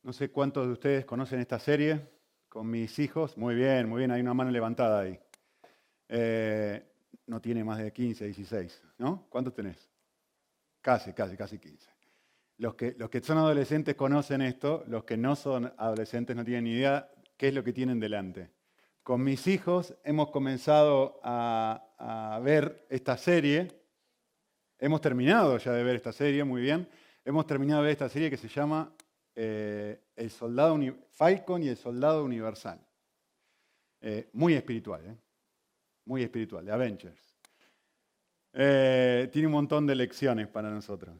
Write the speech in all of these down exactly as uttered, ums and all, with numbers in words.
No sé cuántos de ustedes conocen esta serie con mis hijos. Muy bien, muy bien, hay una mano levantada ahí. Eh, no tiene más de quince, dieciséis, ¿no? ¿Cuántos tenés? Casi, casi, casi quince. Los que, los que son adolescentes conocen esto, los que no son adolescentes no tienen ni idea qué es lo que tienen delante. Con mis hijos hemos comenzado a, a ver esta serie. Hemos terminado ya de ver esta serie, muy bien. Hemos terminado de ver esta serie que se llama eh, El Soldado Uni- Falcon y el Soldado Universal. Eh, muy espiritual, ¿eh? Muy espiritual, de Avengers. Eh, tiene un montón de lecciones para nosotros.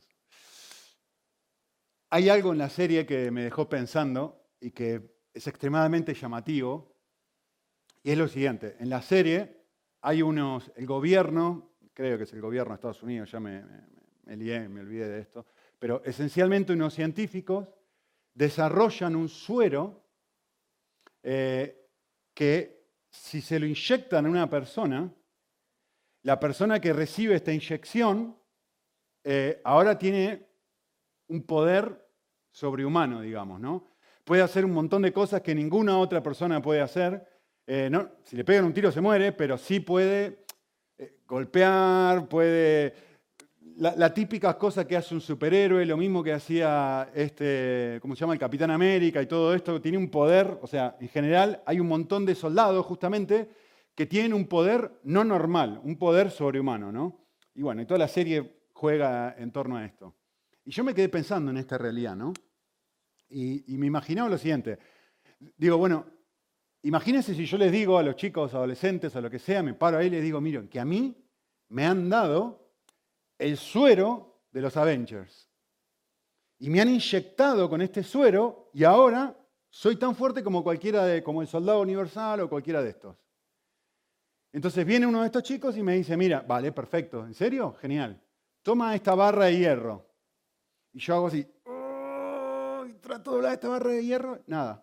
Hay algo en la serie que me dejó pensando y que es extremadamente llamativo, y es lo siguiente. En la serie hay unos, el gobierno, creo que es el gobierno de Estados Unidos, ya me, me, me lié, me olvidé de esto, pero esencialmente unos científicos desarrollan un suero eh, que si se lo inyectan a una persona, la persona que recibe esta inyección eh, ahora tiene un poder sobrehumano, digamos, ¿no? Puede hacer un montón de cosas que ninguna otra persona puede hacer. Eh, no, si le pegan un tiro se muere, pero sí puede eh, golpear, puede... La, la típica cosa que hace un superhéroe, lo mismo que hacía este, ¿cómo se llama? El Capitán América y todo esto, tiene un poder, o sea, en general hay un montón de soldados justamente que tienen un poder no normal, un poder sobrehumano, ¿no? Y bueno, y toda la serie juega en torno a esto. Y yo me quedé pensando en esta realidad, ¿no? Y, y me imaginaba lo siguiente. Digo, bueno, imagínense si yo les digo a los chicos, adolescentes, a lo que sea, me paro ahí y les digo, miren, que a mí me han dado el suero de los Avengers. Y me han inyectado con este suero y ahora soy tan fuerte como cualquiera de, como el Soldado Universal o cualquiera de estos. Entonces viene uno de estos chicos y me dice, mira, vale, perfecto, ¿en serio? Genial. Toma esta barra de hierro. Y yo hago así, oh, y trato de doblar esta barra de hierro, nada.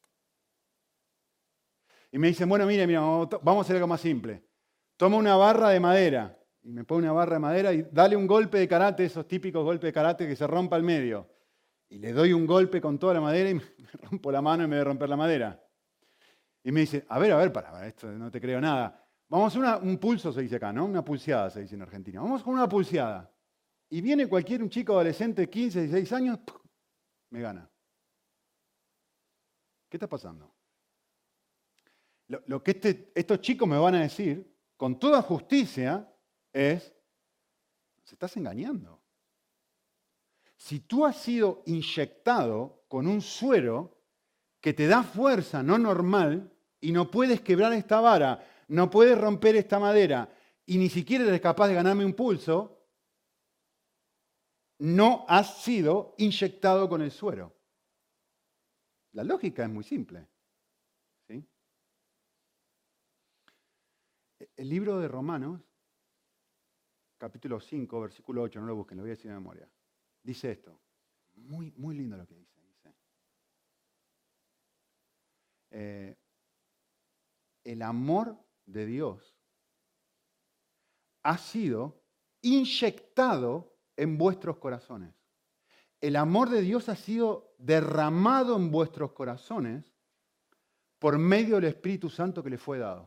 Y me dicen, bueno, mira, mira, vamos a hacer algo más simple. Toma una barra de madera. Y me pone una barra de madera y dale un golpe de karate, esos típicos golpes de karate que se rompa al medio. Y le doy un golpe con toda la madera y me rompo la mano en vez de romper la madera. Y me dice, a ver, a ver, para, para esto no te creo nada. Vamos a hacer una, un pulso, se dice acá, ¿no? Una pulseada, se dice en Argentina. Vamos con una pulseada. Y viene cualquier un chico adolescente de quince, dieciséis años, ¡pum!, me gana. ¿Qué está pasando? Lo, lo que este, estos chicos me van a decir, con toda justicia, es, se estás engañando. Si tú has sido inyectado con un suero que te da fuerza no normal y no puedes quebrar esta vara, no puedes romper esta madera y ni siquiera eres capaz de ganarme un pulso, no has sido inyectado con el suero. La lógica es muy simple. ¿Sí? El libro de Romanos, capítulo cinco, versículo ocho, no lo busquen, lo voy a decir de memoria. Dice esto, muy, muy lindo lo que dice. dice eh, el amor de Dios ha sido inyectado en vuestros corazones. El amor de Dios ha sido derramado en vuestros corazones por medio del Espíritu Santo que le fue dado.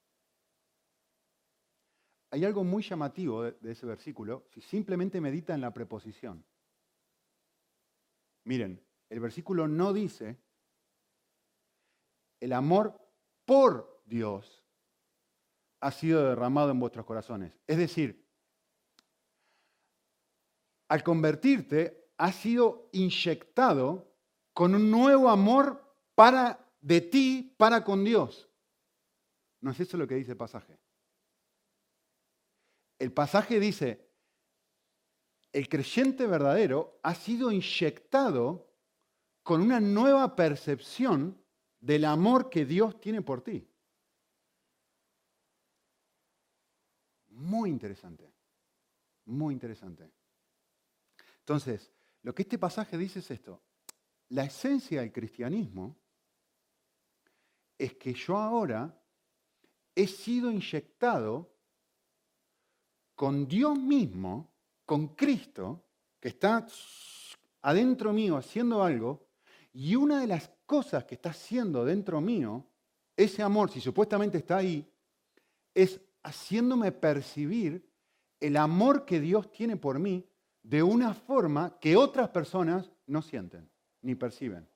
Hay algo muy llamativo de, de ese versículo si simplemente medita en la preposición. Miren, el versículo no dice el amor por Dios ha sido derramado en vuestros corazones. Es decir, al convertirte, has sido inyectado con un nuevo amor para, de ti para con Dios. ¿No es eso lo que dice el pasaje? El pasaje dice, el creyente verdadero ha sido inyectado con una nueva percepción del amor que Dios tiene por ti. Muy interesante, muy interesante. Entonces, lo que este pasaje dice es esto. La esencia del cristianismo es que yo ahora he sido inyectado con Dios mismo, con Cristo, que está adentro mío haciendo algo, Y una de las cosas que está haciendo dentro mío, ese amor, si supuestamente está ahí, es haciéndome percibir el amor que Dios tiene por mí de una forma que otras personas no sienten ni perciben.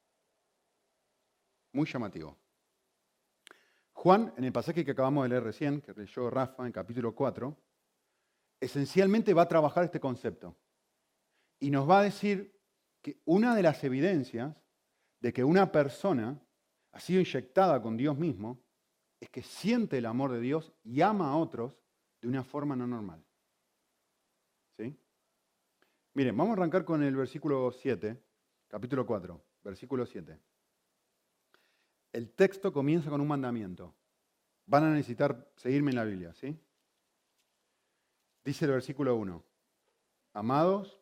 Muy llamativo. Juan, en el pasaje que acabamos de leer recién, que leyó Rafa en capítulo cuatro, esencialmente va a trabajar este concepto. Y nos va a decir que una de las evidencias de que una persona ha sido inyectada con Dios mismo es que siente el amor de Dios y ama a otros de una forma no normal. ¿Sí? Miren, vamos a arrancar con el versículo siete, capítulo cuatro, versículo siete. El texto comienza con un mandamiento. Van a necesitar seguirme en la Biblia, ¿sí? Dice el versículo uno. Amados,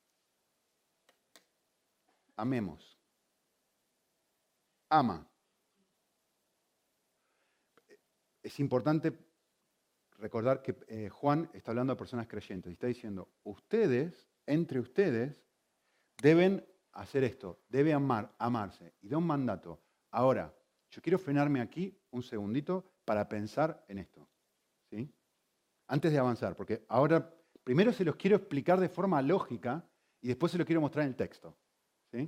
amemos. Ama. Es importante recordar que eh, Juan está hablando a personas creyentes y está diciendo, ustedes, entre ustedes, deben hacer esto, deben amar, amarse. Y da un mandato. Ahora, yo quiero frenarme aquí un segundito para pensar en esto, ¿sí? Antes de avanzar, porque ahora primero se los quiero explicar de forma lógica y después se los quiero mostrar en el texto, ¿sí?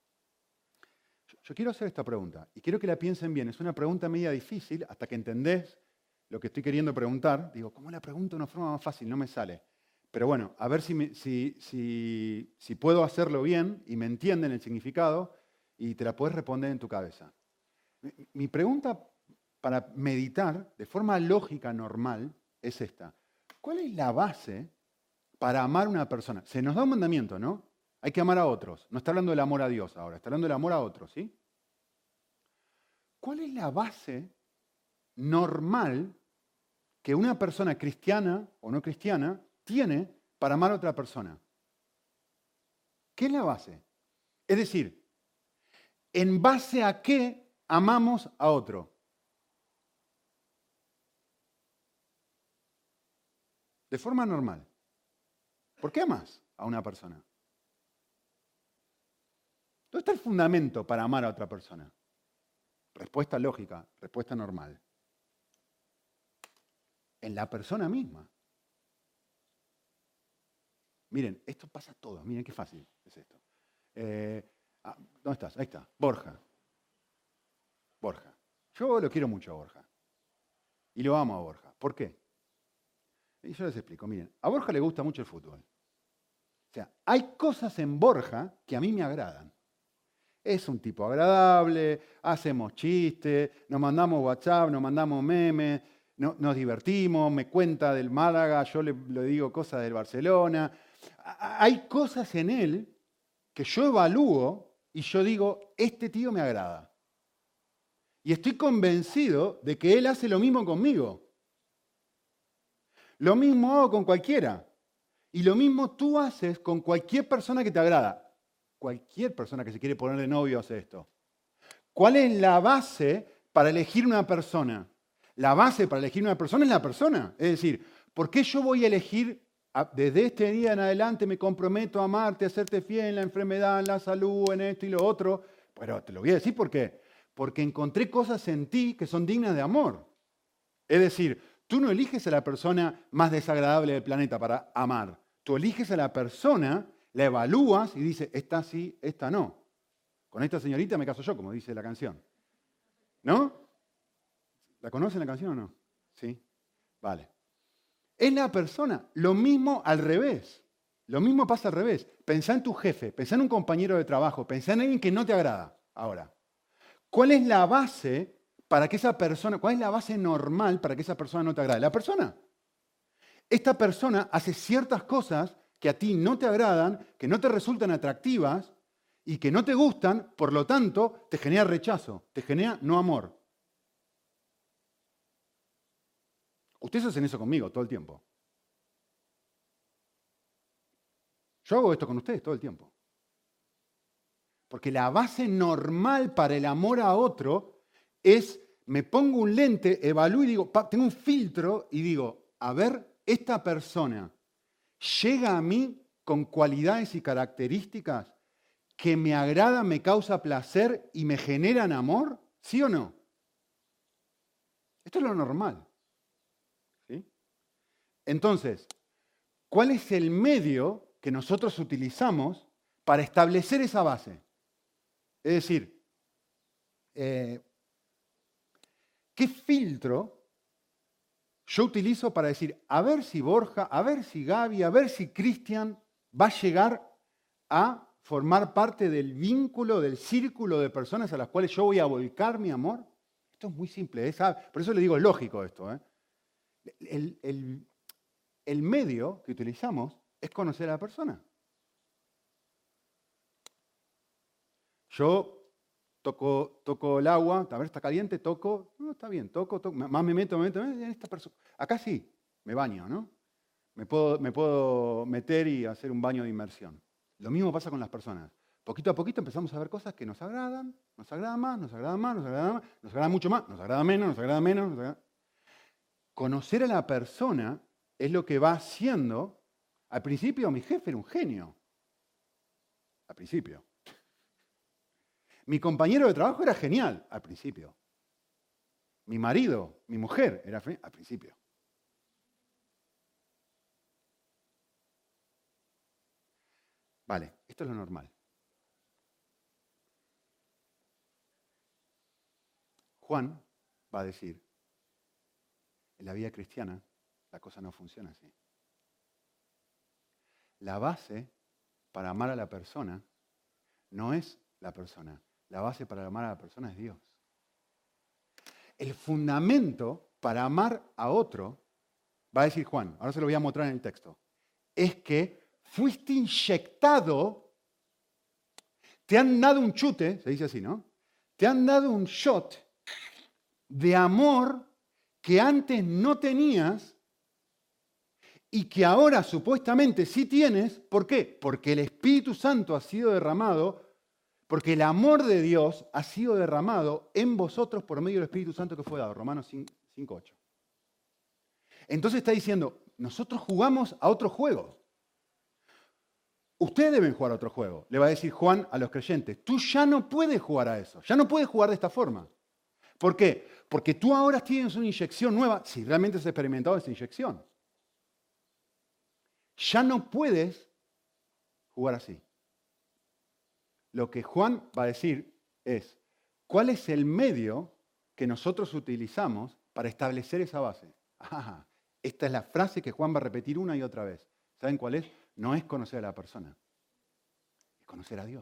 Yo quiero hacer esta pregunta y quiero que la piensen bien. Es una pregunta media difícil hasta que entendés lo que estoy queriendo preguntar. Digo, ¿cómo la pregunto de una forma más fácil? No me sale. Pero bueno, a ver si, me, si, si, si puedo hacerlo bien y me entienden el significado y te la puedes responder en tu cabeza. Mi, mi pregunta para meditar de forma lógica, normal, es esta. ¿Cuál es la base para amar a una persona? Se nos da un mandamiento, ¿no? Hay que amar a otros. No está hablando del amor a Dios ahora, está hablando del amor a otros, ¿sí? ¿Cuál es la base normal que una persona cristiana o no cristiana tiene para amar a otra persona? ¿Qué es la base? Es decir, ¿en base a qué amamos a otro? De forma normal. ¿Por qué amas a una persona? ¿Dónde está el fundamento para amar a otra persona? Respuesta lógica, respuesta normal. En la persona misma. Miren, esto pasa a todos. Miren qué fácil es esto. Eh, ah, ¿Dónde estás? Ahí está. Borja. Borja. Yo lo quiero mucho a Borja. Y lo amo a Borja. ¿Por qué? Y yo les explico. Miren, a Borja le gusta mucho el fútbol. O sea, hay cosas en Borja que a mí me agradan. Es un tipo agradable, hacemos chistes, nos mandamos WhatsApp, nos mandamos memes, no, nos divertimos, me cuenta del Málaga, yo le, le digo cosas del Barcelona. Hay cosas en él que yo evalúo y yo digo, este tío me agrada. Y estoy convencido de que él hace lo mismo conmigo. Lo mismo hago con cualquiera. Y lo mismo tú haces con cualquier persona que te agrada. Cualquier persona que se quiere poner de novio hace esto. ¿Cuál es la base para elegir una persona? La base para elegir una persona es la persona. Es decir, ¿por qué yo voy a elegir, desde este día en adelante me comprometo a amarte, a hacerte fiel en la enfermedad, en la salud, en esto y lo otro? Pero te lo voy a decir por qué. Porque encontré cosas en ti que son dignas de amor. Es decir, tú no eliges a la persona más desagradable del planeta para amar. Tú eliges a la persona, la evalúas y dices, esta sí, esta no. Con esta señorita me caso yo, como dice la canción. ¿No? ¿La conocen la canción o no? Sí. Vale. Es la persona. Lo mismo al revés. Lo mismo pasa al revés. Pensá en tu jefe, pensá en un compañero de trabajo, pensá en alguien que no te agrada. Ahora, ¿cuál es la base para que esa persona, cuál es la base normal para que esa persona no te agrade? La persona. Esta persona hace ciertas cosas que a ti no te agradan, que no te resultan atractivas y que no te gustan, por lo tanto, te genera rechazo, te genera no amor. Ustedes hacen eso conmigo todo el tiempo. Yo hago esto con ustedes todo el tiempo. Porque la base normal para el amor a otro es, me pongo un lente, evalúo y digo, tengo un filtro y digo, a ver, esta persona llega a mí con cualidades y características que me agrada, me causa placer y me generan amor? ¿Sí o no? Esto es lo normal. ¿Sí? Entonces, ¿cuál es el medio que nosotros utilizamos para establecer esa base? Es decir, eh, ¿qué filtro yo utilizo para decir, a ver si Borja, a ver si Gaby, a ver si Cristian va a llegar a formar parte del vínculo, del círculo de personas a las cuales yo voy a volcar mi amor? Esto es muy simple, ¿eh? Por eso le digo, es lógico esto. ¿eh? El, el, el medio que utilizamos es conocer a la persona. Yo toco, toco el agua, a ver, está caliente, toco, no, está bien, toco, toco, más me meto, me meto, en esta persona. Acá sí, me baño, ¿no? Me puedo, me puedo meter y hacer un baño de inmersión. Lo mismo pasa con las personas. Poquito a poquito empezamos a ver cosas que nos agradan, nos agradan más, nos agradan más, nos agradan más, nos agrada mucho más, nos agrada menos, nos agrada menos. Nos agrada... Conocer a la persona es lo que va haciendo. Al principio mi jefe era un genio. Al principio. Mi compañero de trabajo era genial al principio. Mi marido, mi mujer era genial al principio. Vale, esto es lo normal. Juan va a decir, en la vida cristiana la cosa no funciona así. La base para amar a la persona no es la persona. La base para amar a la persona es Dios. El fundamento para amar a otro, va a decir Juan, ahora se lo voy a mostrar en el texto, es que fuiste inyectado, te han dado un chute, se dice así, ¿no? Te han dado un shot de amor que antes no tenías y que ahora supuestamente sí tienes. ¿Por qué? Porque el Espíritu Santo ha sido derramado. Porque el amor de Dios ha sido derramado en vosotros por medio del Espíritu Santo que fue dado. Romanos cinco ocho. Entonces está diciendo, nosotros jugamos a otro juego. Ustedes deben jugar a otro juego. Le va a decir Juan a los creyentes, tú ya no puedes jugar a eso. Ya no puedes jugar de esta forma. ¿Por qué? Porque tú ahora tienes una inyección nueva, si realmente has experimentado esa inyección. Ya no puedes jugar así. Lo que Juan va a decir es, ¿cuál es el medio que nosotros utilizamos para establecer esa base? Ah, esta es la frase que Juan va a repetir una y otra vez. ¿Saben cuál es? No es conocer a la persona, es conocer a Dios.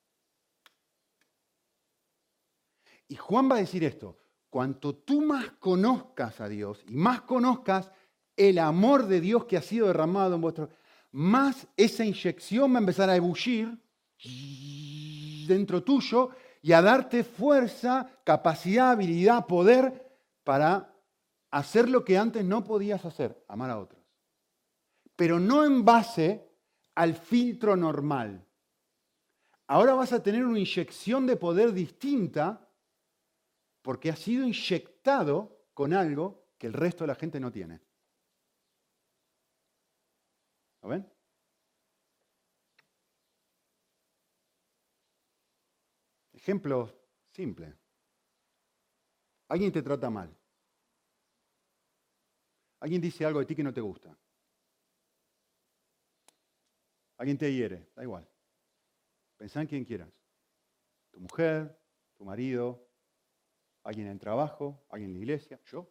Y Juan va a decir esto, cuanto tú más conozcas a Dios y más conozcas el amor de Dios que ha sido derramado en vuestro, más esa inyección va a empezar a ebullir dentro tuyo y a darte fuerza, capacidad, habilidad, poder para hacer lo que antes no podías hacer, amar a otros. Pero no en base al filtro normal. Ahora vas a tener una inyección de poder distinta porque has sido inyectado con algo que el resto de la gente no tiene. ¿Lo ven? Ejemplo simple. Alguien te trata mal. Alguien dice algo de ti que no te gusta. Alguien te hiere, da igual. Pensá en quien quieras. Tu mujer, tu marido, alguien en el trabajo, alguien en la iglesia, yo.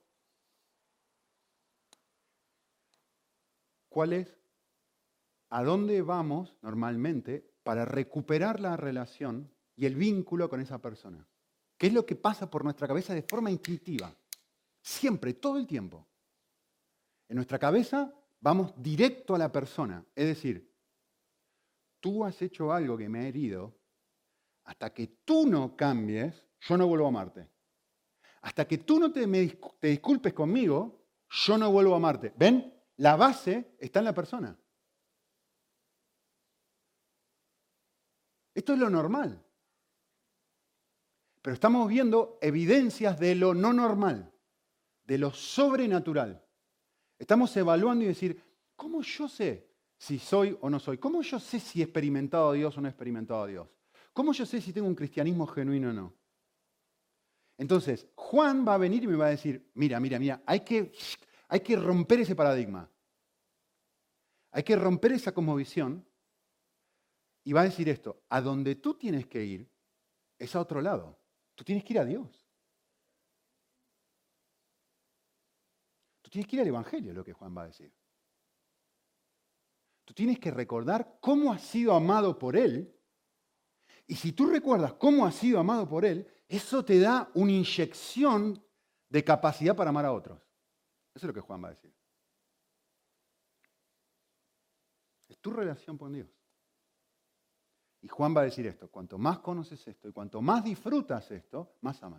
¿Cuál es? ¿A dónde vamos normalmente para recuperar la relación y el vínculo con esa persona? ¿Qué es lo que pasa por nuestra cabeza de forma instintiva? Siempre, todo el tiempo. En nuestra cabeza vamos directo a la persona. Es decir, tú has hecho algo que me ha herido, hasta que tú no cambies, yo no vuelvo a amarte. Hasta que tú no te, me, te disculpes conmigo, yo no vuelvo a amarte. ¿Ven? La base está en la persona. Esto es lo normal. Pero estamos viendo evidencias de lo no normal, de lo sobrenatural. Estamos evaluando y decir, ¿cómo yo sé si soy o no soy? ¿Cómo yo sé si he experimentado a Dios o no he experimentado a Dios? ¿Cómo yo sé si tengo un cristianismo genuino o no? Entonces, Juan va a venir y me va a decir, mira, mira, mira, hay que, hay que romper ese paradigma. Hay que romper esa cosmovisión y va a decir esto, a donde tú tienes que ir es a otro lado. Tú tienes que ir a Dios. Tú tienes que ir al Evangelio, es lo que Juan va a decir. Tú tienes que recordar cómo has sido amado por Él. Y si tú recuerdas cómo has sido amado por Él, eso te da una inyección de capacidad para amar a otros. Eso es lo que Juan va a decir. Es tu relación con Dios. Y Juan va a decir esto, cuanto más conoces esto y cuanto más disfrutas esto, más amas.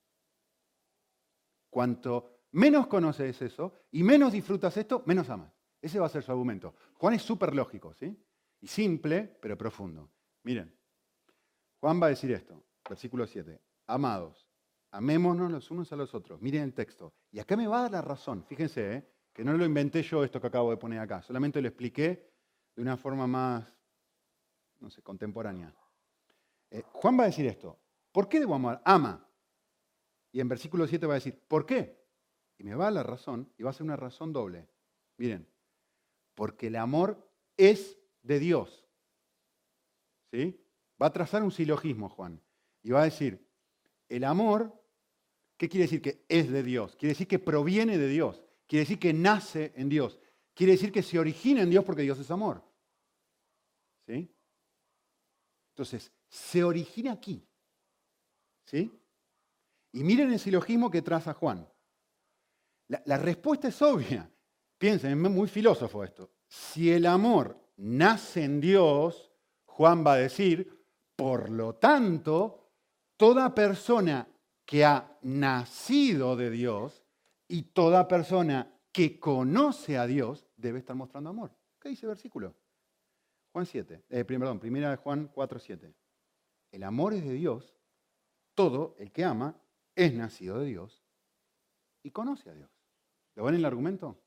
Cuanto menos conoces eso y menos disfrutas esto, menos amas. Ese va a ser su argumento. Juan es súper lógico, ¿sí? Y simple, pero profundo. Miren, Juan va a decir esto, versículo siete. Amados, amémonos los unos a los otros. Miren el texto. Y acá me va a dar la razón. Fíjense, ¿eh? Que no lo inventé yo esto que acabo de poner acá. Solamente lo expliqué de una forma más, no sé, contemporánea. Eh, Juan va a decir esto. ¿Por qué debo amar? Ama. Y en versículo siete va a decir, ¿por qué? Y me va a dar la razón, y va a ser una razón doble. Miren, porque el amor es de Dios. ¿Sí? Va a trazar un silogismo, Juan. Y va a decir, el amor, ¿qué quiere decir que es de Dios? Quiere decir que proviene de Dios. Quiere decir que nace en Dios. Quiere decir que se origina en Dios porque Dios es amor. ¿Sí? Entonces, se origina aquí. ¿Sí? Y miren el silogismo que traza Juan. La, la respuesta es obvia. Piensen, es muy filósofo esto. Si el amor nace en Dios, Juan va a decir, por lo tanto, toda persona que ha nacido de Dios y toda persona que conoce a Dios debe estar mostrando amor. ¿Qué dice el versículo? Juan siete, eh, perdón, primera de Juan cuatro, siete. El amor es de Dios, todo el que ama es nacido de Dios y conoce a Dios. ¿Lo ven en el argumento?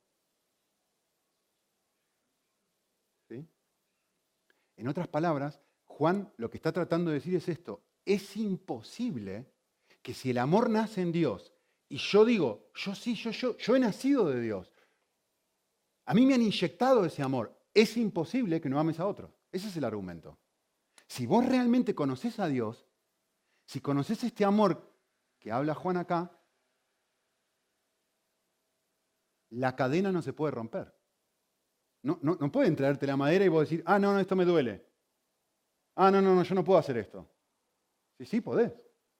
¿Sí? En otras palabras, Juan lo que está tratando de decir es esto. Es imposible que si el amor nace en Dios y yo digo, yo sí, yo, yo, yo he nacido de Dios, a mí me han inyectado ese amor, es imposible que no ames a otros. Ese es el argumento. Si vos realmente conocés a Dios, si conocés este amor que habla Juan acá, la cadena no se puede romper. No, no, no pueden traerte la madera y vos decir, ah, no, no, esto me duele. Ah, no, no, no, yo no puedo hacer esto. Sí, sí, podés.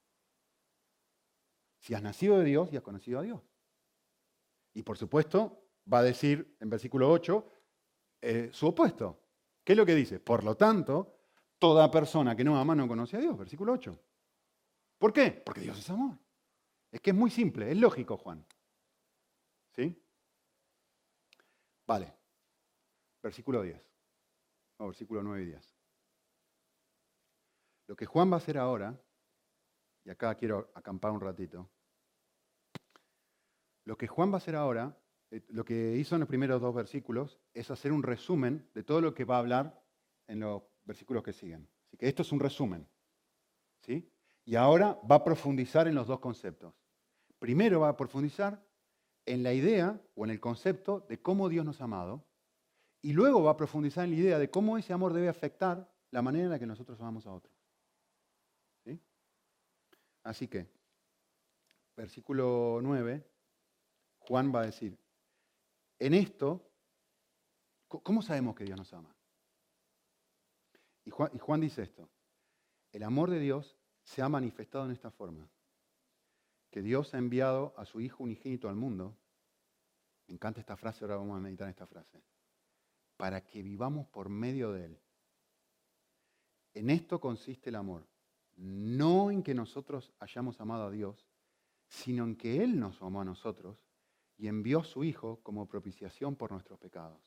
Si has nacido de Dios y has conocido a Dios. Y por supuesto, va a decir en versículo ocho eh, su opuesto. ¿Qué es lo que dice? Por lo tanto, toda persona que no ama no conoce a Dios. Versículo ocho. ¿Por qué? Porque Dios es amor. Es que es muy simple, es lógico, Juan. ¿Sí? Vale. Versículo diez. No, versículo nueve y diez. Lo que Juan va a hacer ahora, y acá quiero acampar un ratito, lo que Juan va a hacer ahora, eh, lo que hizo en los primeros dos versículos, es hacer un resumen de todo lo que va a hablar en los versículos que siguen. Así que esto es un resumen. ¿Sí? Y ahora va a profundizar en los dos conceptos. Primero va a profundizar en la idea o en el concepto de cómo Dios nos ha amado, y luego va a profundizar en la idea de cómo ese amor debe afectar la manera en la que nosotros amamos a otros. ¿Sí? Así que, versículo nueve, Juan va a decir, en esto, ¿cómo sabemos que Dios nos ama? Y Juan, y Juan dice esto, el amor de Dios se ha manifestado en esta forma, que Dios ha enviado a su Hijo unigénito al mundo, me encanta esta frase, ahora vamos a meditar en esta frase, para que vivamos por medio de Él. En esto consiste el amor, no en que nosotros hayamos amado a Dios, sino en que Él nos amó a nosotros y envió a su Hijo como propiciación por nuestros pecados.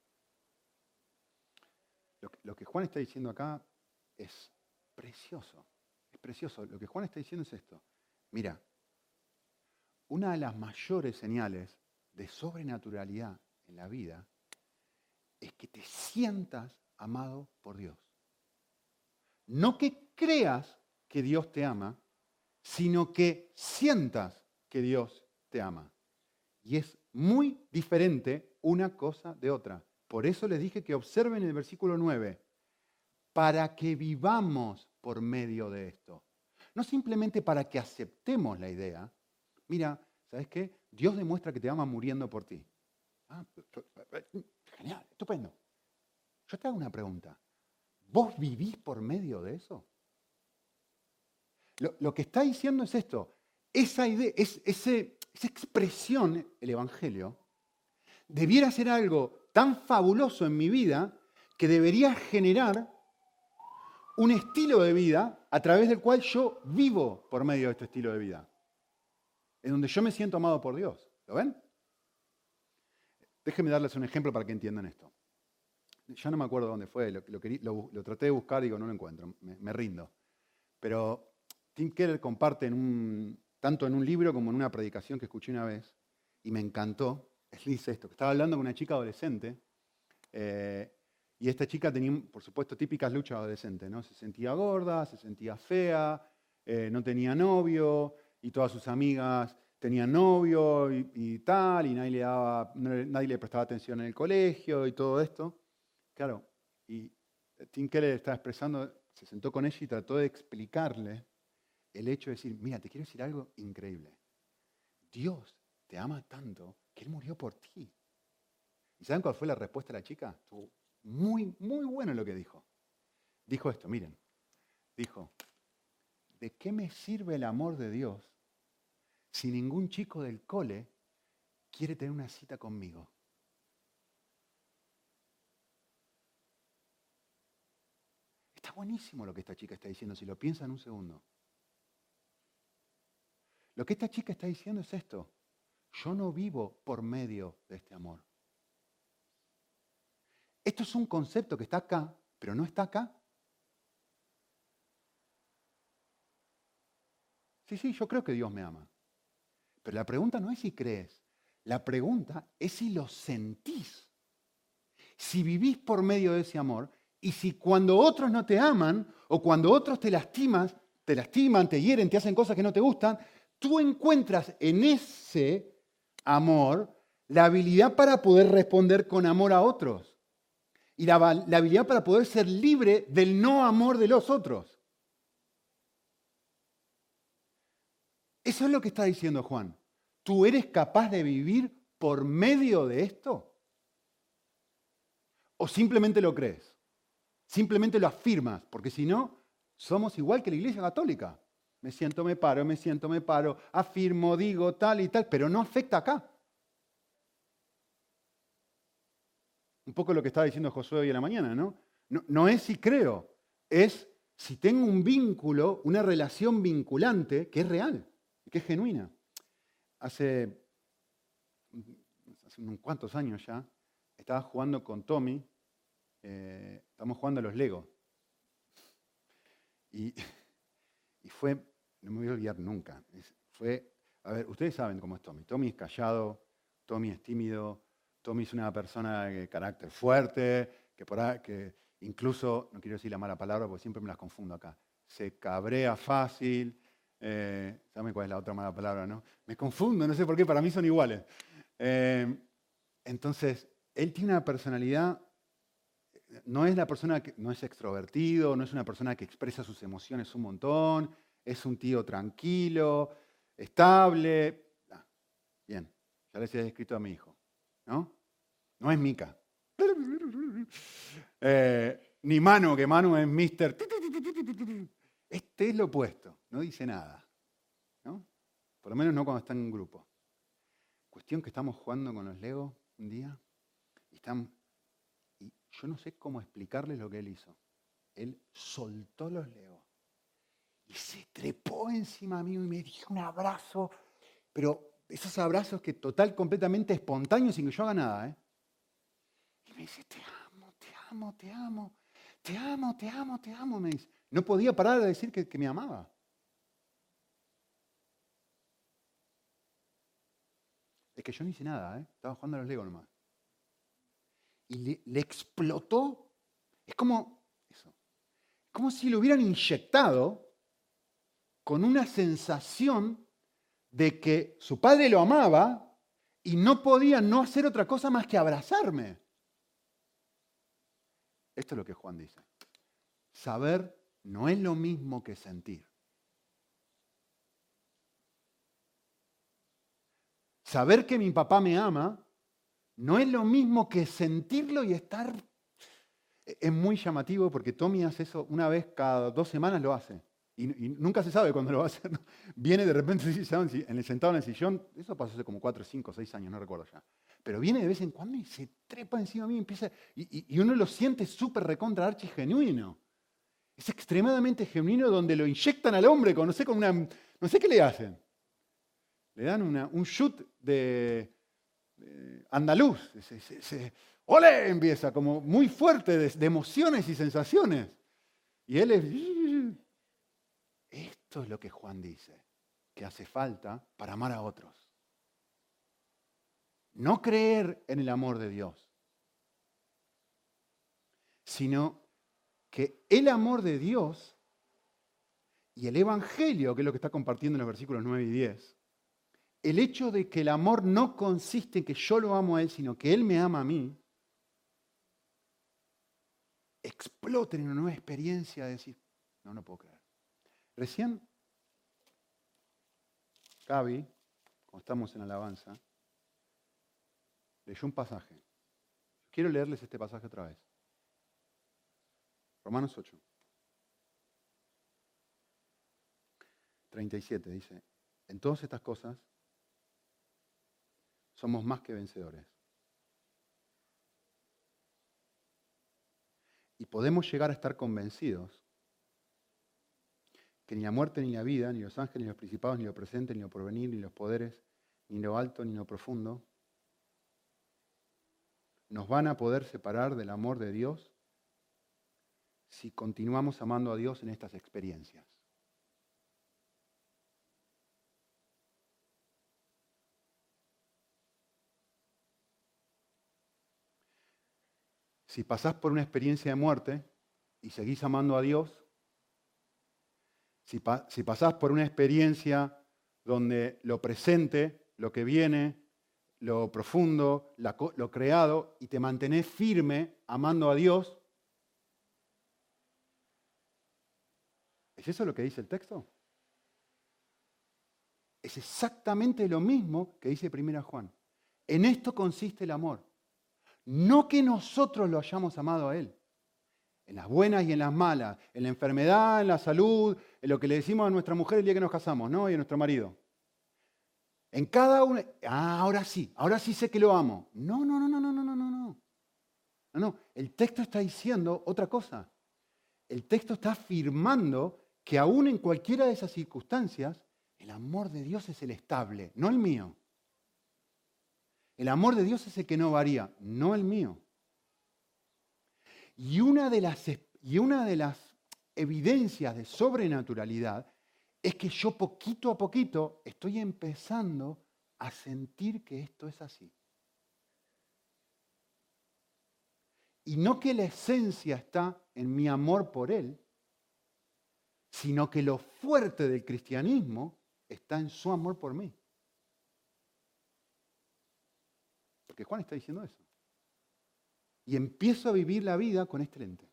Lo que, lo que Juan está diciendo acá es precioso, es precioso. Lo que Juan está diciendo es esto. Mira, una de las mayores señales de sobrenaturalidad en la vida es que te sientas amado por Dios. No que creas que Dios te ama, sino que sientas que Dios te ama. Y es muy diferente una cosa de otra. Por eso les dije que observen el versículo nueve. Para que vivamos por medio de esto. No simplemente para que aceptemos la idea. Mira, ¿sabes qué? Dios demuestra que te ama muriendo por ti. Ah, genial, estupendo. Yo te hago una pregunta. ¿Vos vivís por medio de eso? Lo, lo que está diciendo es esto. Esa idea, es, ese, esa expresión, el Evangelio, debiera ser algo tan fabuloso en mi vida que debería generar un estilo de vida a través del cual yo vivo por medio de este estilo de vida. En donde yo me siento amado por Dios. ¿Lo ven? Déjenme darles un ejemplo para que entiendan esto. Ya no me acuerdo dónde fue, lo, lo, lo, lo traté de buscar y digo, no lo encuentro, me, me rindo. Pero Tim Keller comparte en un, tanto en un libro como en una predicación que escuché una vez, y me encantó. Él dice esto, que estaba hablando con una chica adolescente, eh, y esta chica tenía, por supuesto, típicas luchas adolescentes, ¿no? Se sentía gorda, se sentía fea, eh, no tenía novio, y todas sus amigas tenían novio y, y tal, y nadie le, daba, nadie le prestaba atención en el colegio y todo esto. Claro, y Tim Keller estaba expresando, se sentó con ella y trató de explicarle el hecho de decir, mira, te quiero decir algo increíble. Dios te ama tanto que Él murió por ti. ¿Y saben cuál fue la respuesta de la chica? Estuvo muy, muy bueno lo que dijo. Dijo esto, miren. Dijo, ¿de qué me sirve el amor de Dios si ningún chico del cole quiere tener una cita conmigo? Está buenísimo lo que esta chica está diciendo, si lo piensan un segundo. Lo que esta chica está diciendo es esto. Yo no vivo por medio de este amor. Esto es un concepto que está acá, pero no está acá. Sí, sí, yo creo que Dios me ama. Pero la pregunta no es si crees. La pregunta es si lo sentís. Si vivís por medio de ese amor y si cuando otros no te aman o cuando otros te lastiman, te lastiman, te hieren, te hacen cosas que no te gustan, tú encuentras en ese amor la habilidad para poder responder con amor a otros. Y la, la habilidad para poder ser libre del no amor de los otros. Eso es lo que está diciendo Juan. ¿Tú eres capaz de vivir por medio de esto? ¿O simplemente lo crees? Simplemente lo afirmas, porque si no, somos igual que la Iglesia Católica. Me siento, me paro, me siento, me paro, afirmo, digo tal y tal, pero no afecta acá. Un poco lo que estaba diciendo Josué hoy en la mañana, ¿no? No, no es si creo, es si tengo un vínculo, una relación vinculante que es real, que es genuina. Hace, hace unos cuantos años ya, estaba jugando con Tommy, eh, estamos jugando a los Legos. Y, y fue, no me voy a olvidar nunca, fue, a ver, ustedes saben cómo es Tommy. Tommy es callado, Tommy es tímido, Tommy es una persona de carácter fuerte, que, por ahí, que incluso, no quiero decir la mala palabra porque siempre me las confundo acá, se cabrea fácil, eh, ¿saben cuál es la otra mala palabra, no? Me confundo, no sé por qué, para mí son iguales. Eh, entonces, él tiene una personalidad, no es la persona que no es extrovertido, no es una persona que expresa sus emociones un montón, es un tío tranquilo, estable. Ah, bien, ya les he escrito a mi hijo. ¿No? No es Mica. Eh, ni Manu, que Manu es mister Este es lo opuesto, no dice nada. ¿No? Por lo menos no cuando está en un grupo. Cuestión que estamos jugando con los Legos un día y, están, y yo no sé cómo explicarles lo que él hizo. Él soltó los Legos y se trepó encima mío y me dio un abrazo, pero esos abrazos que total, completamente espontáneos sin que yo haga nada, ¿eh? Y me dice, te amo, te amo, te amo, te amo, te amo, te amo, me dice. No podía parar de decir que, que me amaba. Es que yo no hice nada, ¿eh? Estaba jugando a los Legos nomás. Y le, le explotó. Es como eso. como si lo hubieran inyectado con una sensación de que su padre lo amaba y no podía no hacer otra cosa más que abrazarme. Esto es lo que Juan dice. Saber no es lo mismo que sentir. Saber que mi papá me ama no es lo mismo que sentirlo y estar... Es muy llamativo porque Tommy hace eso una vez cada dos semanas lo hace. Y, y nunca se sabe cuándo lo va a hacer. Viene de repente en el, sentado en el sillón. Eso pasó hace como cuatro, cinco, seis años, no recuerdo ya. Pero viene de vez en cuando y se trepa encima de mí y empieza... Y, y, y uno lo siente súper recontra archi genuino. Es extremadamente genuino donde lo inyectan al hombre con, no sé, con una... No sé qué le hacen. Le dan una, un shoot de, de andaluz. Se, se, se, ¡Ole! Empieza como muy fuerte de, de emociones y sensaciones. Y él es... Esto es lo que Juan dice, que hace falta para amar a otros. No creer en el amor de Dios, sino que el amor de Dios y el Evangelio, que es lo que está compartiendo en los versículos nueve y diez, el hecho de que el amor no consiste en que yo lo amo a Él, sino que Él me ama a mí, explota en una nueva experiencia de decir, no, no puedo creer. Recién, Gaby, cuando estamos en alabanza, leyó un pasaje. Quiero leerles este pasaje otra vez. Romanos ocho. treinta y siete dice, en todas estas cosas somos más que vencedores. Y podemos llegar a estar convencidos que ni la muerte, ni la vida, ni los ángeles, ni los principados, ni lo presente, ni lo porvenir, ni los poderes, ni lo alto, ni lo profundo, nos van a poder separar del amor de Dios si continuamos amando a Dios en estas experiencias. Si pasás por una experiencia de muerte y seguís amando a Dios, si, pa- si pasás por una experiencia donde lo presente, lo que viene, lo profundo, la co- lo creado, y te mantenés firme amando a Dios, ¿es eso lo que dice el texto? Es exactamente lo mismo que dice primera Juan. En esto consiste el amor. No que nosotros lo hayamos amado a Él. En las buenas y en las malas. En la enfermedad, en la salud, en lo que le decimos a nuestra mujer el día que nos casamos, ¿no? Y a nuestro marido. En cada una... Ah, ahora sí, ahora sí sé que lo amo. No, no, no, no, no, no, no, no. No, no. El texto está diciendo otra cosa. El texto está afirmando que aún en cualquiera de esas circunstancias, el amor de Dios es el estable, no el mío. El amor de Dios es el que no varía, no el mío. Y una de las, y una de las evidencias de sobrenaturalidad es que yo poquito a poquito estoy empezando a sentir que esto es así. Y no que la esencia está en mi amor por Él, sino que lo fuerte del cristianismo está en su amor por mí. Porque Juan está diciendo eso. Y empiezo a vivir la vida con este lente.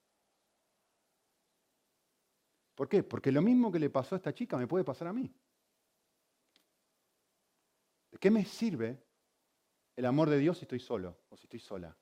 ¿Por qué? Porque lo mismo que le pasó a esta chica me puede pasar a mí. ¿De qué me sirve el amor de Dios si estoy solo o si estoy sola?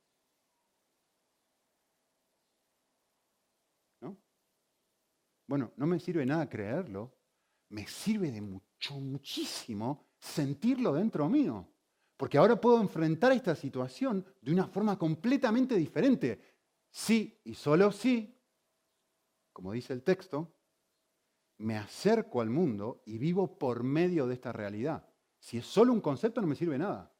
¿No? Bueno, no me sirve nada creerlo. Me sirve de mucho, muchísimo sentirlo dentro mío. Porque ahora puedo enfrentar esta situación de una forma completamente diferente. Sí y solo sí, como dice el texto, me acerco al mundo y vivo por medio de esta realidad. Si es solo un concepto no me sirve nada.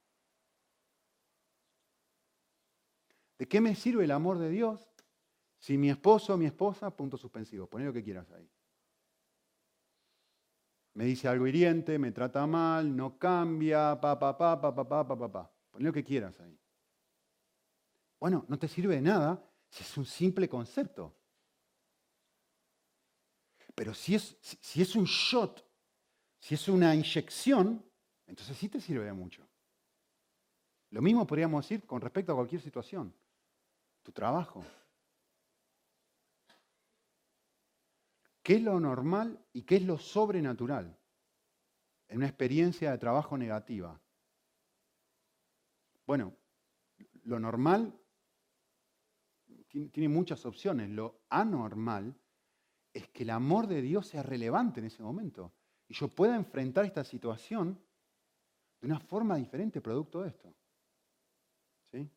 ¿De qué me sirve el amor de Dios si mi esposo o mi esposa, punto suspensivo, poné lo que quieras ahí, me dice algo hiriente, me trata mal, no cambia, pa, pa, pa, pa, pa, pa, pa, pa, pa. Poné lo que quieras ahí. Bueno, no te sirve de nada si es un simple concepto. Pero si es, si, si es un shot, si es una inyección, entonces sí te sirve de mucho. Lo mismo podríamos decir con respecto a cualquier situación. Tu trabajo. ¿Qué es lo normal y qué es lo sobrenatural en una experiencia de trabajo negativa? Bueno, lo normal tiene muchas opciones. Lo anormal es que el amor de Dios sea relevante en ese momento y yo pueda enfrentar esta situación de una forma diferente producto de esto. ¿Sí?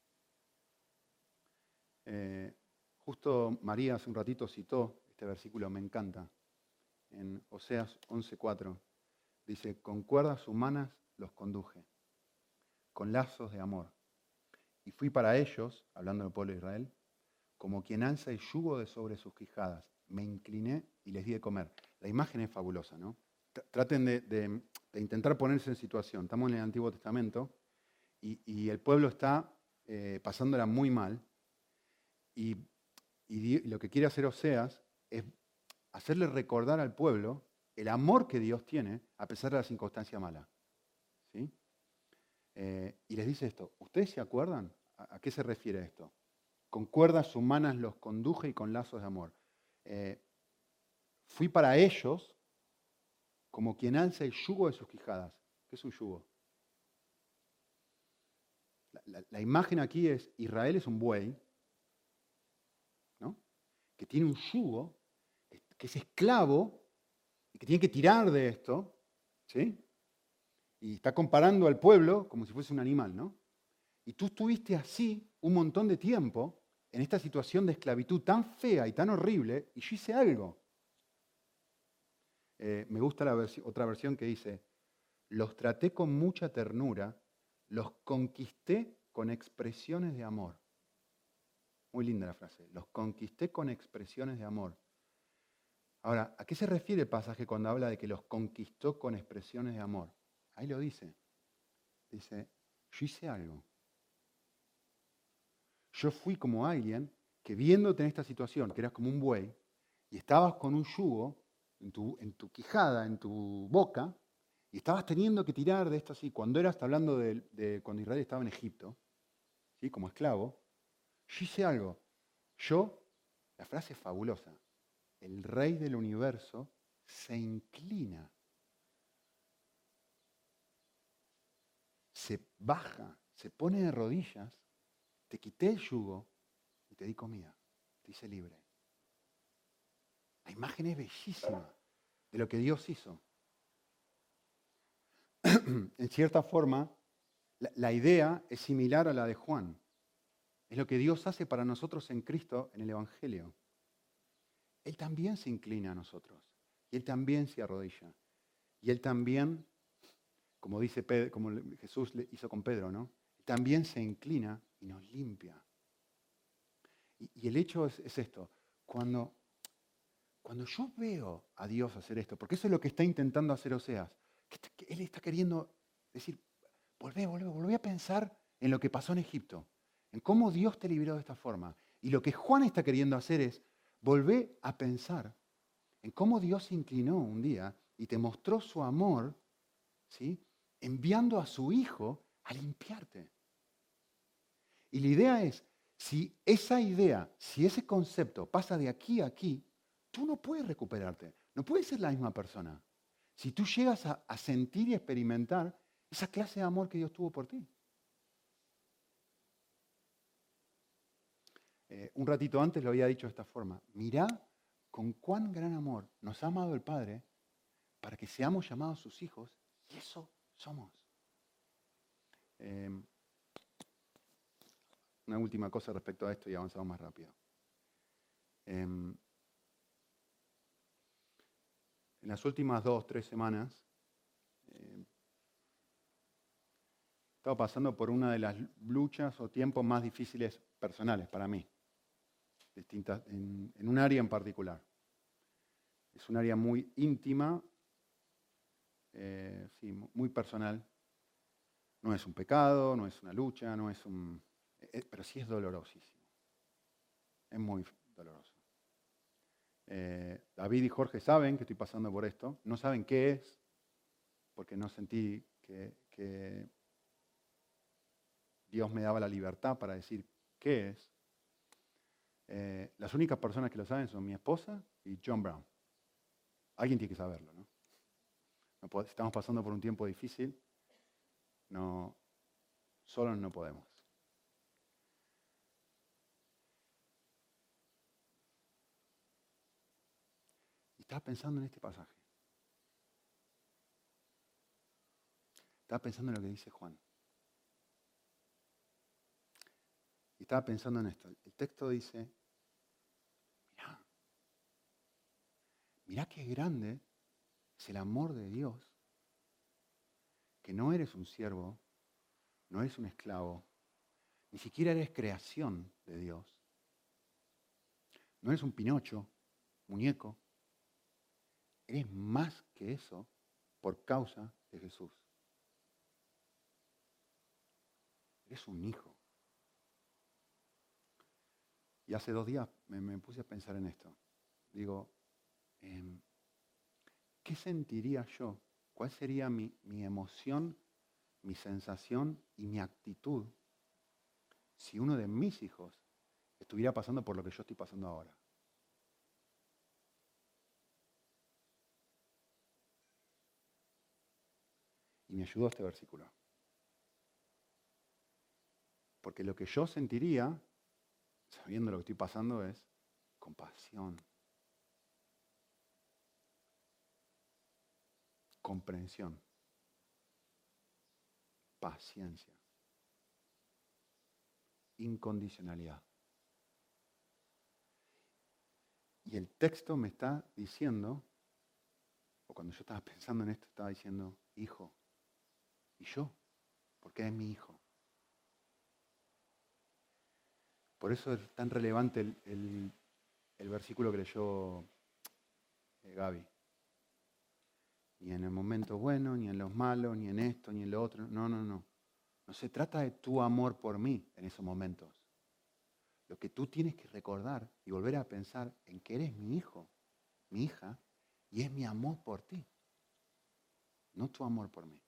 Eh, justo María hace un ratito citó este versículo, me encanta, en Oseas once cuatro. Dice, con cuerdas humanas los conduje, con lazos de amor. Y fui para ellos, hablando del pueblo de Israel, como quien alza el yugo de sobre sus quijadas. Me incliné y les di de comer. La imagen es fabulosa, ¿no? Traten de, de, de intentar ponerse en situación. Estamos en el Antiguo Testamento y, y el pueblo está eh, pasándola muy mal. Y, y lo que quiere hacer Oseas es hacerle recordar al pueblo el amor que Dios tiene a pesar de la circunstancia mala. ¿Sí? Eh, y les dice esto, ¿ustedes se acuerdan? ¿A, a qué se refiere esto? Con cuerdas humanas los conduje y con lazos de amor. Eh, fui para ellos como quien alza el yugo de sus quijadas. ¿Qué es un yugo? La, la, la imagen aquí es, Israel es un buey, ¿no? Que tiene un yugo, que es esclavo y que tiene que tirar de esto, ¿sí? Y está comparando al pueblo como si fuese un animal, ¿no? Y tú estuviste así un montón de tiempo en esta situación de esclavitud tan fea y tan horrible, y yo hice algo. Eh, me gusta la vers- otra versión que dice, los traté con mucha ternura, los conquisté con expresiones de amor. Muy linda la frase, los conquisté con expresiones de amor. Ahora, ¿a qué se refiere el pasaje cuando habla de que los conquistó con expresiones de amor? Ahí lo dice. Dice, yo hice algo. Yo fui como alguien que viéndote en esta situación, que eras como un buey, y estabas con un yugo en tu, en tu quijada, en tu boca, y estabas teniendo que tirar de esto así, cuando eras, está hablando de, de cuando Israel estaba en Egipto, ¿sí? Como esclavo, yo hice algo. Yo, la frase es fabulosa, el rey del universo se inclina, se baja, se pone de rodillas, te quité el yugo y te di comida, te hice libre. La imagen es bellísima de lo que Dios hizo. En cierta forma, la, la idea es similar a la de Juan. Es lo que Dios hace para nosotros en Cristo en el Evangelio. Él también se inclina a nosotros. Y Él también se arrodilla. Y Él también, como dice Pedro, como Jesús le hizo con Pedro, ¿no? También se inclina y nos limpia. Y, y el hecho es, es esto. Cuando, cuando yo veo a Dios hacer esto, porque eso es lo que está intentando hacer Oseas, que, que Él está queriendo decir, volvé, volvé, volvé a pensar en lo que pasó en Egipto, en cómo Dios te liberó de esta forma. Y lo que Juan está queriendo hacer es, volvé a pensar en cómo Dios se inclinó un día y te mostró su amor, ¿sí? Enviando a su Hijo a limpiarte. Y la idea es, si esa idea, si ese concepto pasa de aquí a aquí, tú no puedes recuperarte, no puedes ser la misma persona. Si tú llegas a, a sentir y experimentar esa clase de amor que Dios tuvo por ti. Eh, un ratito antes lo había dicho de esta forma. Mirá con cuán gran amor nos ha amado el Padre para que seamos llamados sus hijos y eso somos. Eh, una última cosa respecto a esto y avanzamos más rápido. Eh, en las últimas dos, tres semanas eh, he estado pasando por una de las luchas o tiempos más difíciles personales para mí, distintas, en, en un área en particular. Es un área muy íntima, eh, sí, muy personal. No es un pecado, no es una lucha, no es un... Eh, pero sí es dolorosísimo. Es muy doloroso. Eh, David y Jorge saben que estoy pasando por esto, no saben qué es, porque no sentí que, que Dios me daba la libertad para decir qué es. Eh, las únicas personas que lo saben son mi esposa y John Brown. Alguien tiene que saberlo, ¿no? No pod- estamos pasando por un tiempo difícil, no, solos no podemos. Y estaba pensando en este pasaje. Estaba pensando en lo que dice Juan. Y estaba pensando en esto. El texto dice, mirá, mirá qué grande es el amor de Dios, que no eres un siervo, no eres un esclavo, ni siquiera eres creación de Dios. No eres un Pinocho, muñeco. Eres más que eso por causa de Jesús. Eres un hijo. Y hace dos días me, me puse a pensar en esto. Digo, eh, ¿qué sentiría yo? ¿Cuál sería mi, mi emoción, mi sensación y mi actitud si uno de mis hijos estuviera pasando por lo que yo estoy pasando ahora? Y me ayudó este versículo. Porque lo que yo sentiría, sabiendo lo que estoy pasando, es compasión, comprensión, paciencia, incondicionalidad. Y el texto me está diciendo, o cuando yo estaba pensando en esto, estaba diciendo, hijo, ¿y yo? Porque es mi hijo. Por eso es tan relevante el, el, el versículo que leyó eh, Gaby. Ni en el momento bueno, ni en los malos, ni en esto, ni en lo otro. No, no, no. No se trata de tu amor por mí en esos momentos. Lo que tú tienes que recordar y volver a pensar en que eres mi hijo, mi hija, y es mi amor por ti. No tu amor por mí.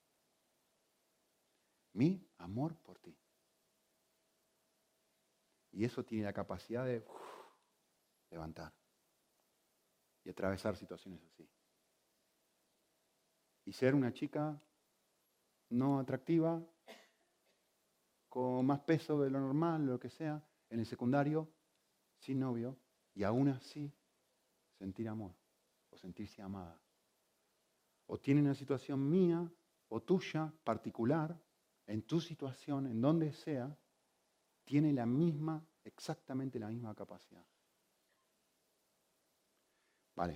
Mi amor por ti. Y eso tiene la capacidad de uf, levantar y atravesar situaciones así. Y ser una chica no atractiva, con más peso de lo normal, lo que sea, en el secundario, sin novio, y aún así sentir amor o sentirse amada. O tiene una situación mía o tuya, particular, en tu situación, en donde sea, tiene la misma, exactamente la misma capacidad. Vale.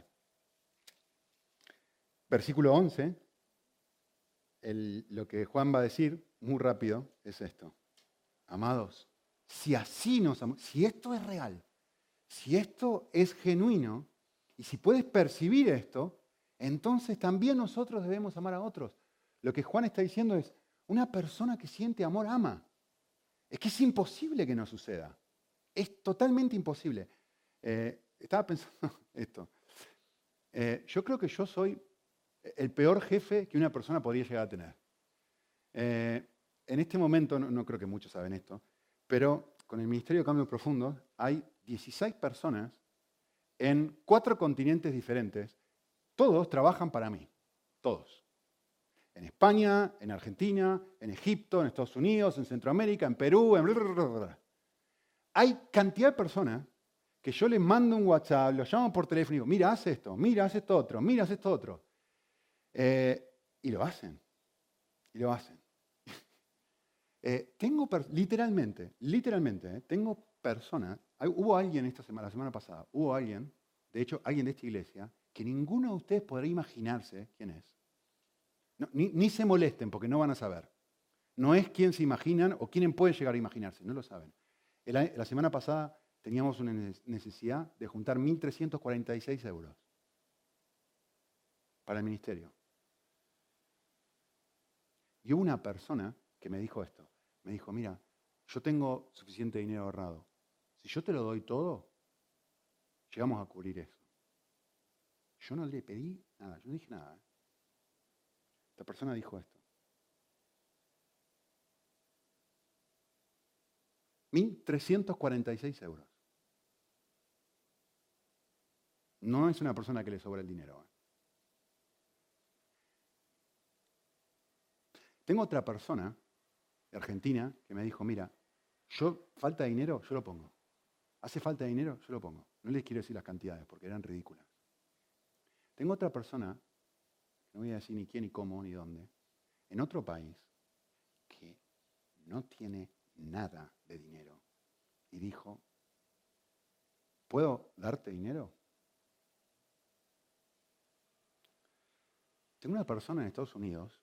Versículo once, el, lo que Juan va a decir, muy rápido, es esto. Amados, si así nos amamos, si esto es real, si esto es genuino, y si puedes percibir esto, entonces también nosotros debemos amar a otros. Lo que Juan está diciendo es, una persona que siente amor ama. Es que es imposible que no suceda. Es totalmente imposible. Eh, estaba pensando esto. Eh, yo creo que yo soy el peor jefe que una persona podría llegar a tener. Eh, en este momento, no, no creo que muchos saben esto, pero con el Ministerio de Cambios Profundos hay dieciséis personas en cuatro continentes diferentes. Todos trabajan para mí. Todos. En España, en Argentina, en Egipto, en Estados Unidos, en Centroamérica, en Perú, en... Hay cantidad de personas que yo les mando un WhatsApp, los llamo por teléfono y digo, mira, haz esto, mira, haz esto otro, mira, haz esto otro. Eh, y lo hacen. Y lo hacen. eh, tengo, literalmente, literalmente, eh, tengo personas, hay, hubo alguien esta semana, la semana pasada, hubo alguien, de hecho, alguien de esta iglesia, que ninguno de ustedes podrá imaginarse quién es. No, ni, ni se molesten porque no van a saber. No es quién se imaginan o quién puede llegar a imaginarse, no lo saben. El, la semana pasada teníamos una necesidad de juntar mil trescientos cuarenta y seis euros para el ministerio. Y hubo una persona que me dijo esto. Me dijo, mira, yo tengo suficiente dinero ahorrado. Si yo te lo doy todo, llegamos a cubrir eso. Yo no le pedí nada, yo no dije nada. Esta persona dijo esto. mil trescientos cuarenta y seis euros. No es una persona que le sobra el dinero. ¿eh? Tengo otra persona de Argentina que me dijo, mira, yo, falta de dinero, yo lo pongo. Hace falta de dinero, yo lo pongo. No les quiero decir las cantidades porque eran ridículas. Tengo otra persona, no voy a decir ni quién, ni cómo, ni dónde, en otro país, que no tiene nada de dinero. Y dijo, ¿puedo darte dinero? Tengo una persona en Estados Unidos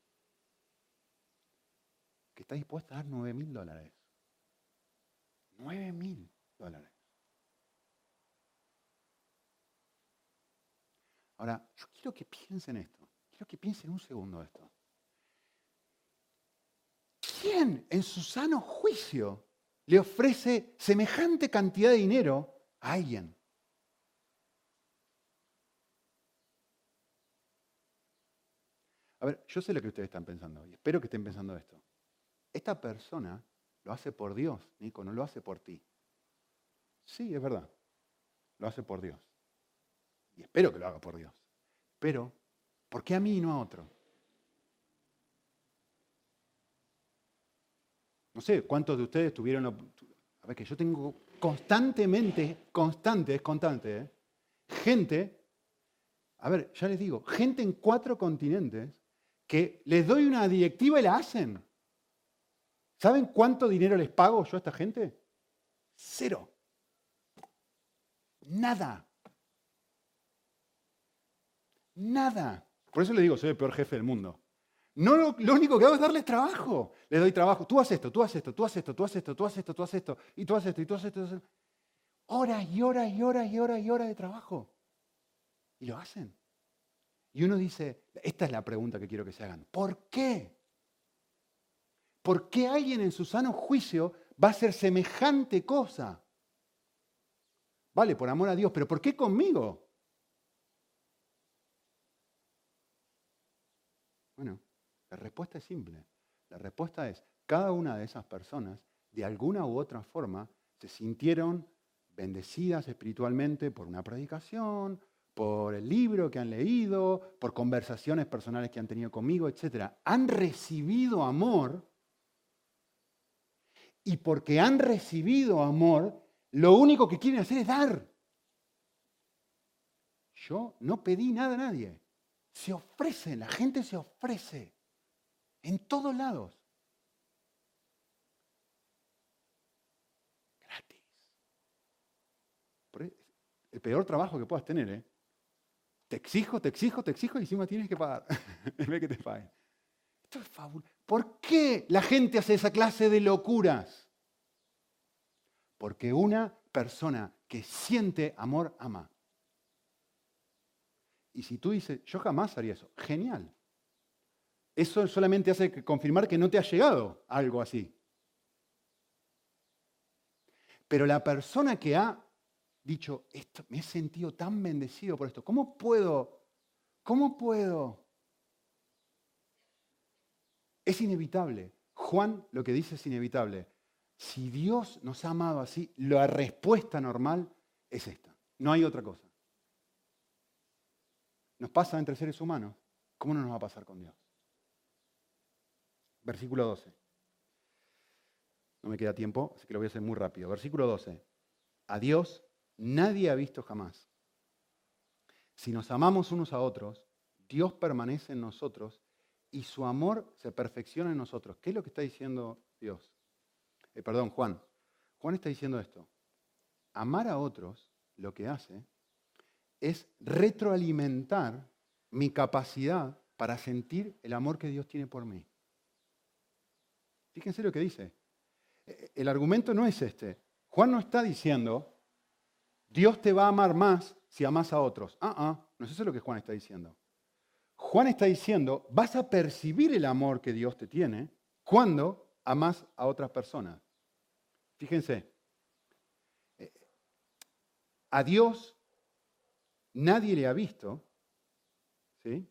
que está dispuesta a dar nueve mil dólares. nueve mil dólares. Ahora, yo quiero que piensen esto. Quiero que piensen un segundo esto. ¿Quién en su sano juicio le ofrece semejante cantidad de dinero a alguien? A ver, yo sé lo que ustedes están pensando y espero que estén pensando esto. Esta persona lo hace por Dios, Nico, no lo hace por ti. Sí, es verdad. Lo hace por Dios. Y espero que lo haga por Dios. Pero, ¿por qué a mí y no a otro? No sé, ¿cuántos de ustedes tuvieron... A ver, que yo tengo constantemente, constante, es constante, ¿eh? Gente, a ver, ya les digo, gente en cuatro continentes que les doy una directiva y la hacen. ¿Saben cuánto dinero les pago yo a esta gente? Cero. Nada. Nada. Por eso le digo, soy el peor jefe del mundo. No, lo, lo único que hago es darles trabajo. Les doy trabajo. Tú haces esto, tú haces esto, tú haces esto, tú haces esto, tú haces esto, tú haces esto, y tú haces esto, y tú haces esto. Tú haces esto. Horas y horas y horas y horas y horas de trabajo. Y lo hacen. Y uno dice, esta es la pregunta que quiero que se hagan. ¿Por qué? ¿Por qué alguien en su sano juicio va a hacer semejante cosa? Vale, por amor a Dios, pero ¿por qué conmigo? Bueno, la respuesta es simple. La respuesta es, cada una de esas personas, de alguna u otra forma, se sintieron bendecidas espiritualmente por una predicación, por el libro que han leído, por conversaciones personales que han tenido conmigo, etcétera. Han recibido amor y porque han recibido amor, lo único que quieren hacer es dar. Yo no pedí nada a nadie. Se ofrecen, la gente se ofrece en todos lados. Gratis. El peor trabajo que puedas tener, ¿eh? Te exijo, te exijo, te exijo y encima tienes que pagar. En vez que te paguen. Esto es fabuloso. ¿Por qué la gente hace esa clase de locuras? Porque una persona que siente amor ama. Y si tú dices, yo jamás haría eso, genial. Eso solamente hace confirmar que no te ha llegado algo así. Pero la persona que ha dicho, esto, me he sentido tan bendecido por esto, ¿cómo puedo? ¿Cómo puedo? Es inevitable. Juan lo que dice es inevitable. Si Dios nos ha amado así, la respuesta normal es esta. No hay otra cosa. Nos pasa entre seres humanos. ¿Cómo no nos va a pasar con Dios? Versículo doce. No me queda tiempo, así que lo voy a hacer muy rápido. Versículo doce. A Dios nadie ha visto jamás. Si nos amamos unos a otros, Dios permanece en nosotros y su amor se perfecciona en nosotros. ¿Qué es lo que está diciendo Dios? Eh, perdón, Juan. Juan está diciendo esto. Amar a otros lo que hace es retroalimentar mi capacidad para sentir el amor que Dios tiene por mí. Fíjense lo que dice. El argumento no es este. Juan no está diciendo, Dios te va a amar más si amas a otros. Ah, ah, no es eso lo que Juan está diciendo. Juan está diciendo, vas a percibir el amor que Dios te tiene cuando amas a otras personas. Fíjense, a Dios nadie le ha visto, ¿Sí?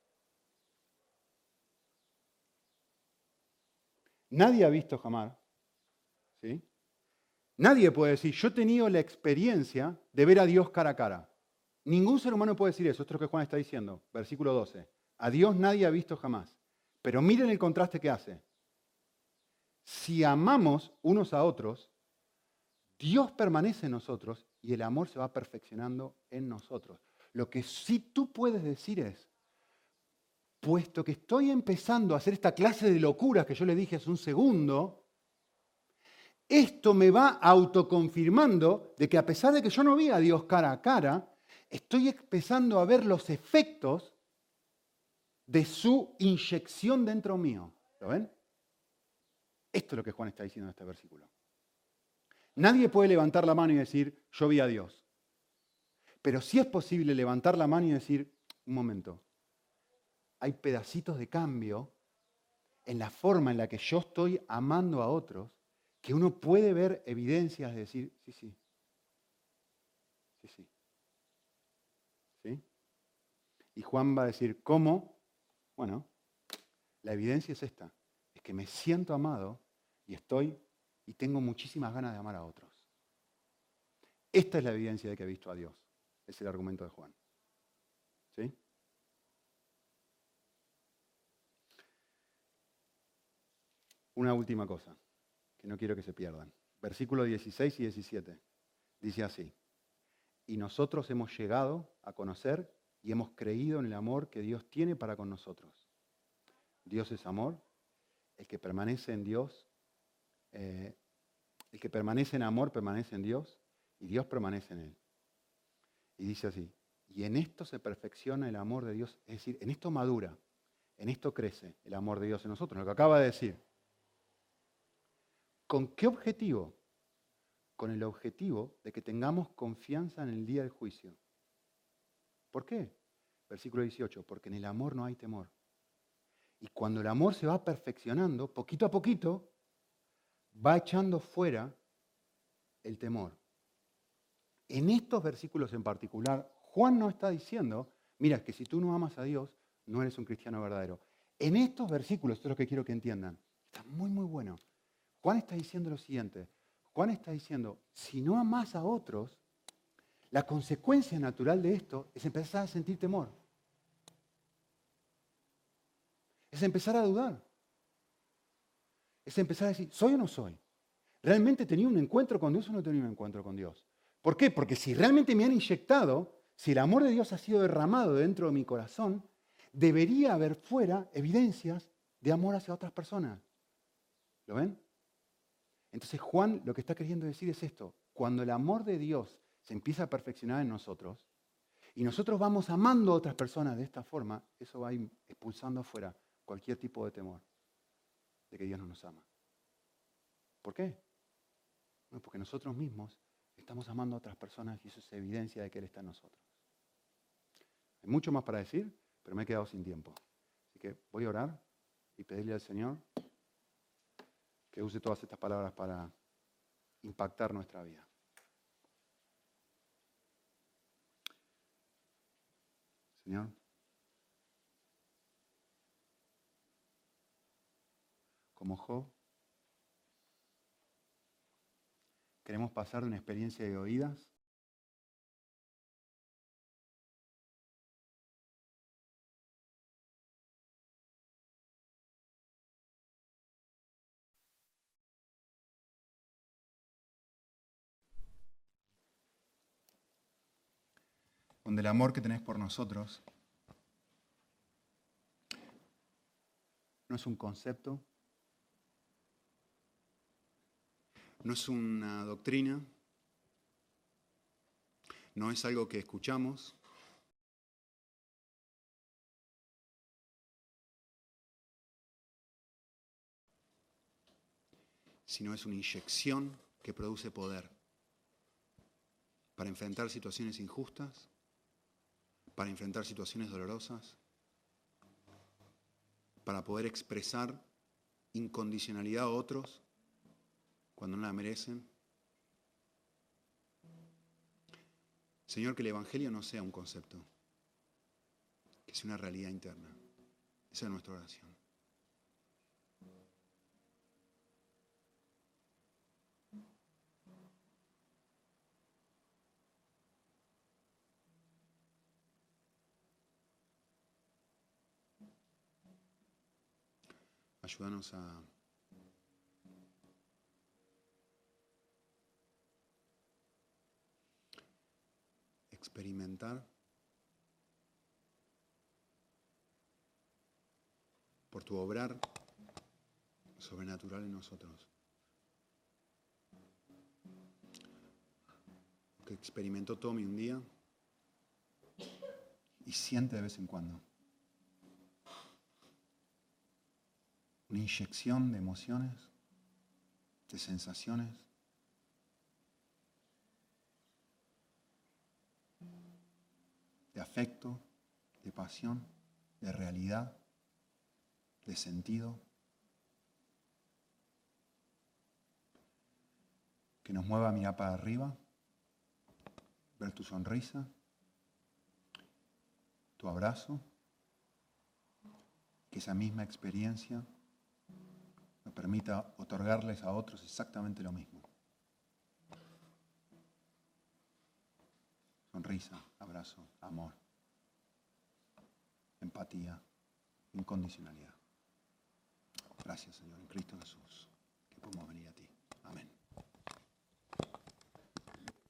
Nadie ha visto jamás, ¿sí? Nadie puede decir, yo he tenido la experiencia de ver a Dios cara a cara. Ningún ser humano puede decir eso, esto es lo que Juan está diciendo, versículo doce. A Dios nadie ha visto jamás. Pero miren el contraste que hace. Si amamos unos a otros, Dios permanece en nosotros y el amor se va perfeccionando en nosotros. Lo que sí tú puedes decir es, puesto que estoy empezando a hacer esta clase de locuras que yo le dije hace un segundo, esto me va autoconfirmando de que a pesar de que yo no vi a Dios cara a cara, estoy empezando a ver los efectos de su inyección dentro mío. ¿Lo ven? Esto es lo que Juan está diciendo en este versículo. Nadie puede levantar la mano y decir, yo vi a Dios. Pero sí es posible levantar la mano y decir, un momento, hay pedacitos de cambio en la forma en la que yo estoy amando a otros, que uno puede ver evidencias de decir, sí, sí, sí, sí. ¿Sí? Y Juan va a decir, ¿cómo? Bueno, la evidencia es esta, es que me siento amado y estoy y tengo muchísimas ganas de amar a otros. Esta es la evidencia de que he visto a Dios. Es el argumento de Juan. ¿Sí? Una última cosa, que no quiero que se pierdan. Versículos dieciséis y diecisiete. Dice así, y nosotros hemos llegado a conocer y hemos creído en el amor que Dios tiene para con nosotros. Dios es amor, el que permanece en Dios, eh, el que permanece en amor permanece en Dios y Dios permanece en él. Y dice así, y en esto se perfecciona el amor de Dios, es decir, en esto madura, en esto crece el amor de Dios en nosotros, lo que acaba de decir. ¿Con qué objetivo? Con el objetivo de que tengamos confianza en el día del juicio. ¿Por qué? Versículo dieciocho, porque en el amor no hay temor. Y cuando el amor se va perfeccionando, poquito a poquito, va echando fuera el temor. En estos versículos en particular, Juan no está diciendo, mira, que si tú no amas a Dios, no eres un cristiano verdadero. En estos versículos, esto es lo que quiero que entiendan, está muy, muy bueno. Juan está diciendo lo siguiente, Juan está diciendo, si no amas a otros, la consecuencia natural de esto es empezar a sentir temor. Es empezar a dudar. Es empezar a decir, ¿soy o no soy? ¿Realmente he tenido un encuentro con Dios o no he tenido un encuentro con Dios? ¿Por qué? Porque si realmente me han inyectado, si el amor de Dios ha sido derramado dentro de mi corazón, debería haber fuera evidencias de amor hacia otras personas. ¿Lo ven? Entonces Juan lo que está queriendo decir es esto. Cuando el amor de Dios se empieza a perfeccionar en nosotros y nosotros vamos amando a otras personas de esta forma, eso va a ir expulsando afuera cualquier tipo de temor de que Dios no nos ama. ¿Por qué? Bueno, porque nosotros mismos estamos amando a otras personas y eso es evidencia de que Él está en nosotros. Hay mucho más para decir, pero me he quedado sin tiempo. Así que voy a orar y pedirle al Señor que use todas estas palabras para impactar nuestra vida. Señor, como Job, queremos pasar de una experiencia de oídas donde el amor que tenés por nosotros no es un concepto, no es una doctrina, no es algo que escuchamos, sino es una inyección que produce poder para enfrentar situaciones injustas, para enfrentar situaciones dolorosas, para poder expresar incondicionalidad a otros cuando no la merecen. Señor, que el Evangelio no sea un concepto, que sea una realidad interna. Esa es nuestra oración. Ayúdanos a experimentar por tu obrar sobrenatural en nosotros. Que experimentó Tommy un día y siente de vez en cuando. Una inyección de emociones, de sensaciones, de afecto, de pasión, de realidad, de sentido, que nos mueva a mirar para arriba, ver tu sonrisa, tu abrazo, que esa misma experiencia nos permita otorgarles a otros exactamente lo mismo. Sonrisa, abrazo, amor, empatía, incondicionalidad. Gracias, Señor, en Cristo Jesús, que podemos venir a ti. Amén.